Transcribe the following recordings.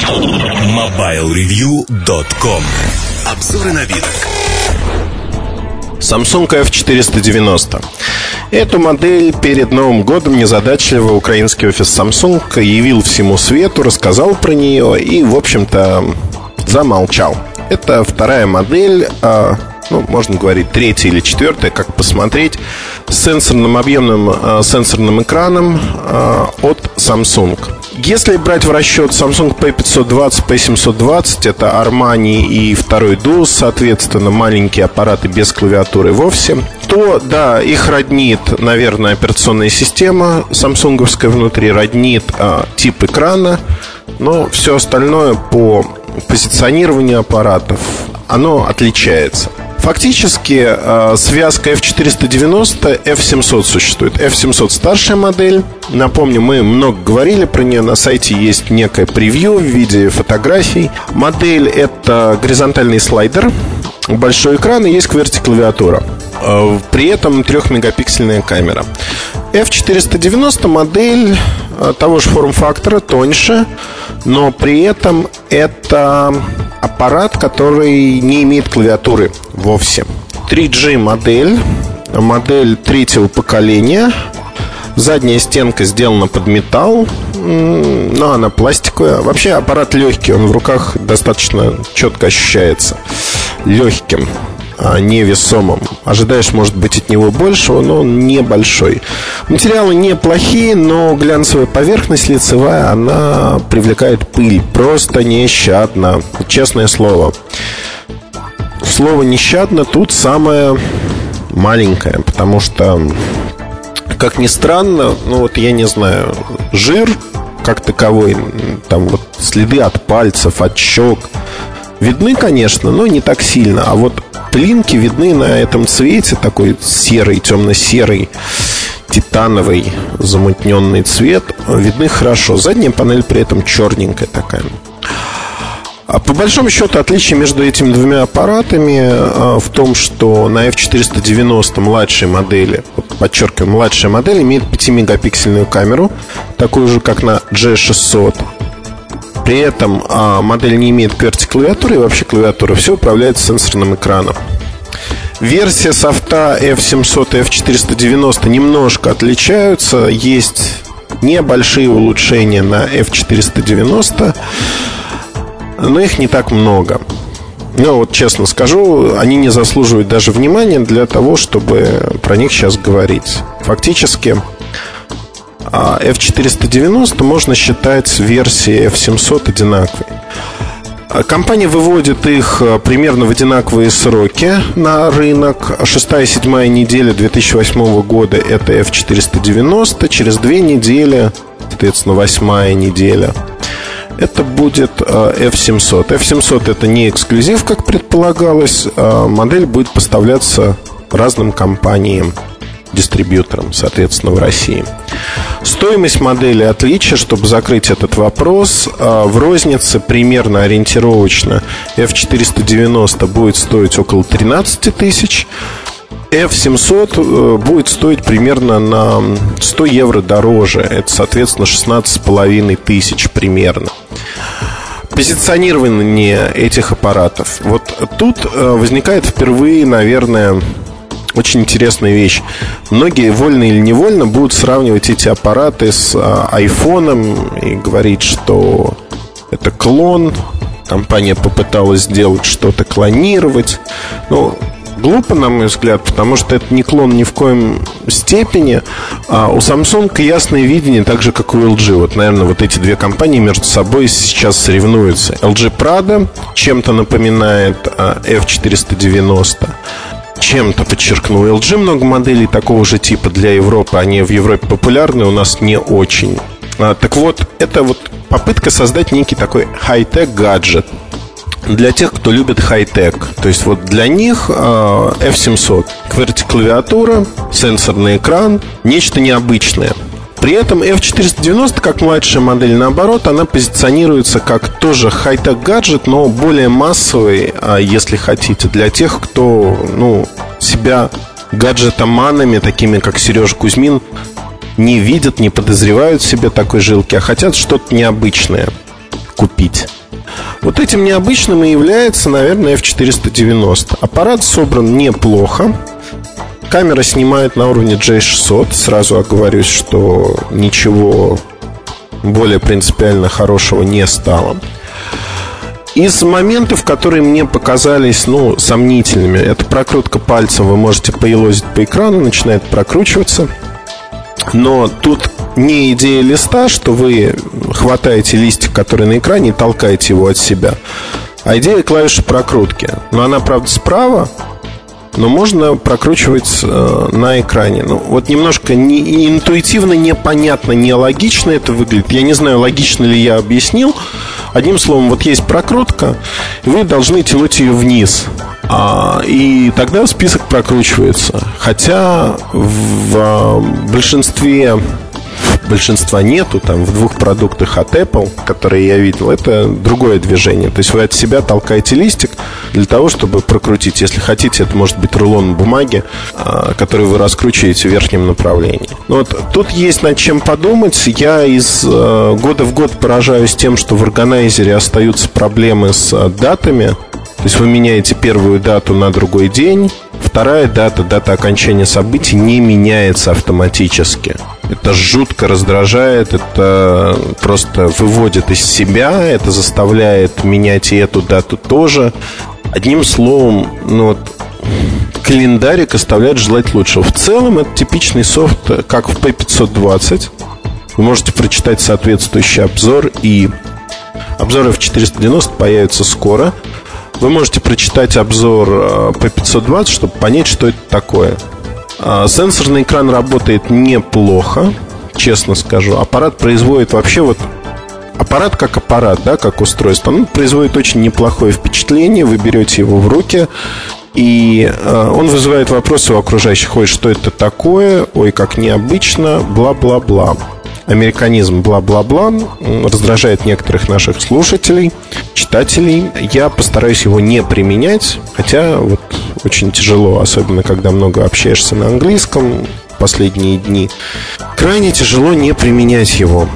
MobileReview.com. Обзоры новинок. Samsung F490. Эту модель перед Новым годом незадачливо украинский офис Samsung явил всему свету, рассказал про нее и, в общем-то, замолчал. Это вторая модель, можно говорить, третья или четвертая, как посмотреть, с сенсорным объемным сенсорным экраном от Samsung. Если брать в расчет Samsung P520, P720, это Armani и второй DUS, соответственно, маленькие аппараты без клавиатуры вовсе, то, да, их роднит, наверное, операционная система самсунговская внутри, роднит тип экрана, но все остальное по позиционированию аппаратов, оно отличается. Фактически связка F490, F700 существует. F700 старшая модель. Напомню, мы много говорили про нее. На сайте есть некое превью в виде фотографий. Модель — это горизонтальный слайдер, большой экран и есть QWERTY-клавиатура. При этом 3-мегапиксельная камера. F490 модель того же форм-фактора, тоньше, но при этом это аппарат, который не имеет клавиатуры вовсе. 3G модель третьего поколения. Задняя стенка сделана под металл, но она пластиковая. Вообще аппарат легкий, он в руках достаточно четко ощущается легким, невесомым. Ожидаешь, может быть, от него большего, но он небольшой. Материалы неплохие, но глянцевая поверхность лицевая, она привлекает пыль просто нещадно. Честное слово. Слово нещадно тут самое маленькое, потому что, как ни странно, я не знаю, жир как таковой, там вот следы от пальцев, от щек видны, конечно, но не так сильно. А вот пылинки видны на этом цвете, такой серый, темно-серый, титановый, замутненный цвет, видны хорошо. Задняя панель при этом черненькая такая. А по большому счету отличие между этими двумя аппаратами в том, что на F490 младшей модели, подчеркиваю, младшая модель имеет 5-мегапиксельную камеру, такую же, как на G600. При этом модель не имеет QWERTY-клавиатуры, и вообще клавиатура все управляется сенсорным экраном. Версия софта F700 и F490 немножко отличаются. Есть небольшие улучшения на F490, но их не так много. Честно скажу, они не заслуживают даже внимания для того, чтобы про них сейчас говорить. Фактически F490 можно считать версией F700 одинаковой. Компания выводит их примерно в одинаковые сроки на рынок. 6-я и 7-я неделя 2008 года — это F490. Через 2 недели, соответственно, 8-я неделя, это будет F700. F700 — это не эксклюзив, как предполагалось. Модель будет поставляться разным компаниям, дистрибьюторам, соответственно, в России. Стоимость модели, отличие, чтобы закрыть этот вопрос, в рознице примерно ориентировочно F490 будет стоить около 13 тысяч, F700 будет стоить примерно на 100 евро дороже. Это, соответственно, 16,5 тысяч примерно. Позиционирование этих аппаратов. Вот тут возникает впервые, наверное, очень интересная вещь. Многие, вольно или невольно, будут сравнивать эти аппараты с айфоном и говорить, что это клон. Компания попыталась сделать что-то, клонировать. Глупо, на мой взгляд, потому что это не клон ни в коем степени. А у Samsung ясное видение, так же, как у LG. Наверное, эти две компании между собой сейчас соревнуются. LG Prada чем-то напоминает F490. Чем-то, подчеркну, LG много моделей такого же типа для Европы. Они в Европе популярны, у нас не очень. Так вот, это попытка создать некий такой хай-тек гаджет для тех, кто любит хай-тек. То есть для них F700 QWERTY-клавиатура, сенсорный экран, нечто необычное. При этом F490, как младшая модель, наоборот, она позиционируется как тоже хай-тек гаджет, но более массовый, если хотите, для тех, кто себя гаджетоманами, такими как Сережа Кузьмин, не видят, не подозревают в себе такой жилки, а хотят что-то необычное купить. Вот этим необычным и является, наверное, F490. Аппарат собран неплохо. Камера снимает на уровне J600. Сразу оговорюсь, что ничего более принципиально хорошего не стало. Из моментов, которые мне показались, сомнительными, это прокрутка пальцем. Вы можете поелозить по экрану, начинает прокручиваться. Но тут не идея листа, что вы хватаете листик, который на экране, и толкаете его от себя, а идея клавиши прокрутки. Но она, правда, справа, но можно прокручивать на экране. Вот немножко интуитивно непонятно, нелогично это выглядит. Я не знаю, логично ли я объяснил. Одним словом, вот есть прокрутка, и вы должны тянуть ее вниз, и тогда список прокручивается. Хотя в большинства нету. Там в 2 продуктах от Apple, которые я видел, это другое движение. То есть вы от себя толкаете листик для того, чтобы прокрутить. Если хотите, это может быть рулон бумаги, который вы раскручиваете в верхнем направлении. Вот тут есть над чем подумать. Я из года в год поражаюсь тем, что в органайзере остаются проблемы с датами. То есть вы меняете первую дату на другой день. Вторая дата окончания событий не меняется автоматически. Это жутко раздражает, это просто выводит из себя, это заставляет менять и эту дату тоже. Одним словом, календарик оставляет желать лучшего. В целом это типичный софт, как в P520. Вы можете прочитать соответствующий обзор, и обзоры в 490 появятся скоро. Вы можете прочитать обзор P520, чтобы понять, что это такое. Сенсорный экран работает неплохо, честно скажу. Аппарат производит вообще аппарат как аппарат, да, как устройство. Он производит очень неплохое впечатление. Вы берете его в руки, и он вызывает вопросы у окружающих. Ой, что это такое? Ой, как необычно, бла-бла-бла. Американизм бла-бла-бла раздражает некоторых наших слушателей, читателей. Я постараюсь его не применять, хотя очень тяжело, особенно когда много общаешься на английском в последние дни. Крайне тяжело не применять его.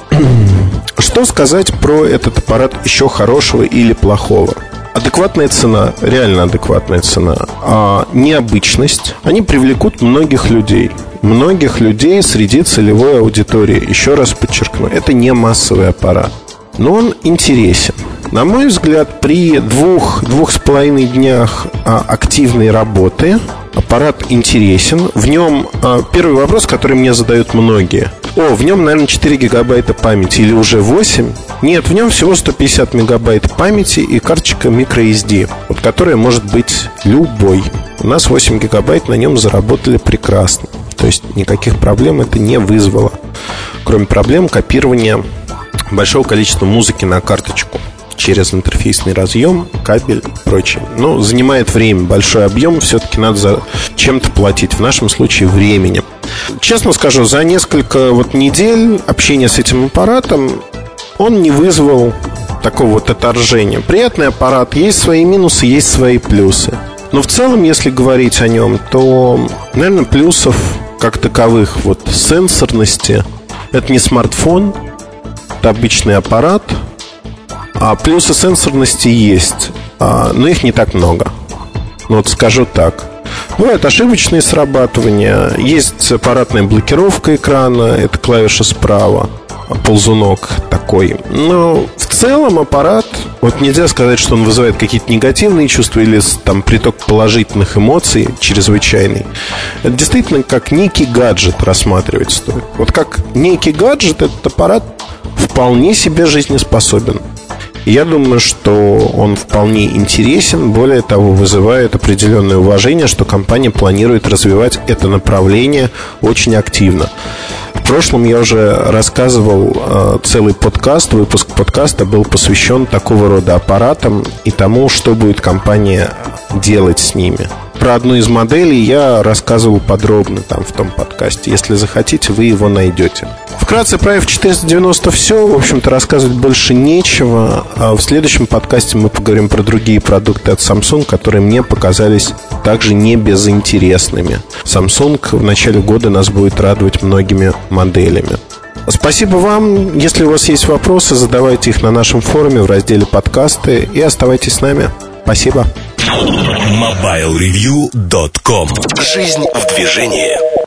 Что сказать про этот аппарат еще хорошего или плохого? Адекватная цена, реально адекватная цена, а необычность, они привлекут многих людей среди целевой аудитории. Еще раз подчеркну, это не массовый аппарат, но он интересен. На мой взгляд, при 2-2,5 днях активной работы аппарат интересен. В нем первый вопрос, который мне задают многие: в нем, наверное, 4 гигабайта памяти или уже 8? Нет, в нем всего 150 мегабайт памяти и карточка microSD, которая может быть любой. У нас 8 гигабайт на нем заработали прекрасно. То есть никаких проблем это не вызвало, кроме проблем копирования большого количества музыки на карточку через интерфейсный разъем, кабель и прочее. Занимает время, большой объем, все-таки надо за чем-то платить. В нашем случае временем. Честно скажу, за несколько недель общения с этим аппаратом он не вызвал такого отторжения. Приятный аппарат, есть свои минусы, есть свои плюсы. Но в целом, если говорить о нем, то, наверное, плюсов как таковых сенсорности. Это не смартфон, это обычный аппарат. А плюсы сенсорности есть, но их не так много. Скажу так. Бывают ошибочные срабатывания. Есть аппаратная блокировка экрана. Это клавиша справа, ползунок такой. Но в целом аппарат, нельзя сказать, что он вызывает какие-то негативные чувства или приток положительных эмоций чрезвычайный. Это действительно как некий гаджет рассматривать стоит. Как некий гаджет, этот аппарат вполне себе жизнеспособен. Я думаю, что он вполне интересен. Более того, вызывает определенное уважение, что компания планирует развивать это направление очень активно. В прошлом я уже рассказывал целый выпуск подкаста был посвящен такого рода аппаратам и тому, что будет компания делать с ними. Про одну из моделей я рассказывал подробно в том подкасте. Если захотите, вы его найдете. Вкратце про F490 все. В общем-то, рассказывать больше нечего. В следующем подкасте мы поговорим про другие продукты от Samsung, которые мне показались также не безинтересными. Samsung в начале года нас будет радовать многими моделями. Спасибо вам. Если у вас есть вопросы, задавайте их на нашем форуме в разделе «Подкасты» и оставайтесь с нами. Спасибо. MobileReview.com. Жизнь в движении.